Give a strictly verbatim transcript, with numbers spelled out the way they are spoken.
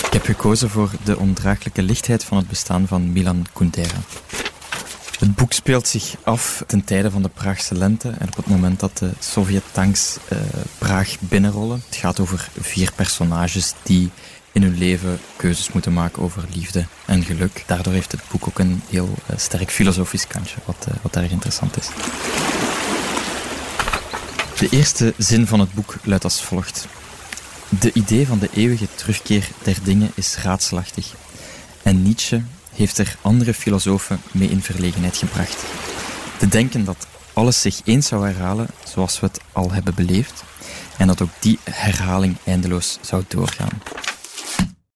Ik heb gekozen voor de ondraaglijke lichtheid van het bestaan van Milan Kundera. Het boek speelt zich af ten tijde van de Praagse lente en op het moment dat de Sovjet-tanks uh, Praag binnenrollen. Het gaat over vier personages die in hun leven keuzes moeten maken over liefde en geluk. Daardoor heeft het boek ook een heel uh, sterk filosofisch kantje, wat, uh, wat erg interessant is. De eerste zin van het boek luidt als volgt. De idee van de eeuwige terugkeer der dingen is raadselachtig. En Nietzsche heeft er andere filosofen mee in verlegenheid gebracht. Te denken dat alles zich eens zou herhalen zoals we het al hebben beleefd en dat ook die herhaling eindeloos zou doorgaan.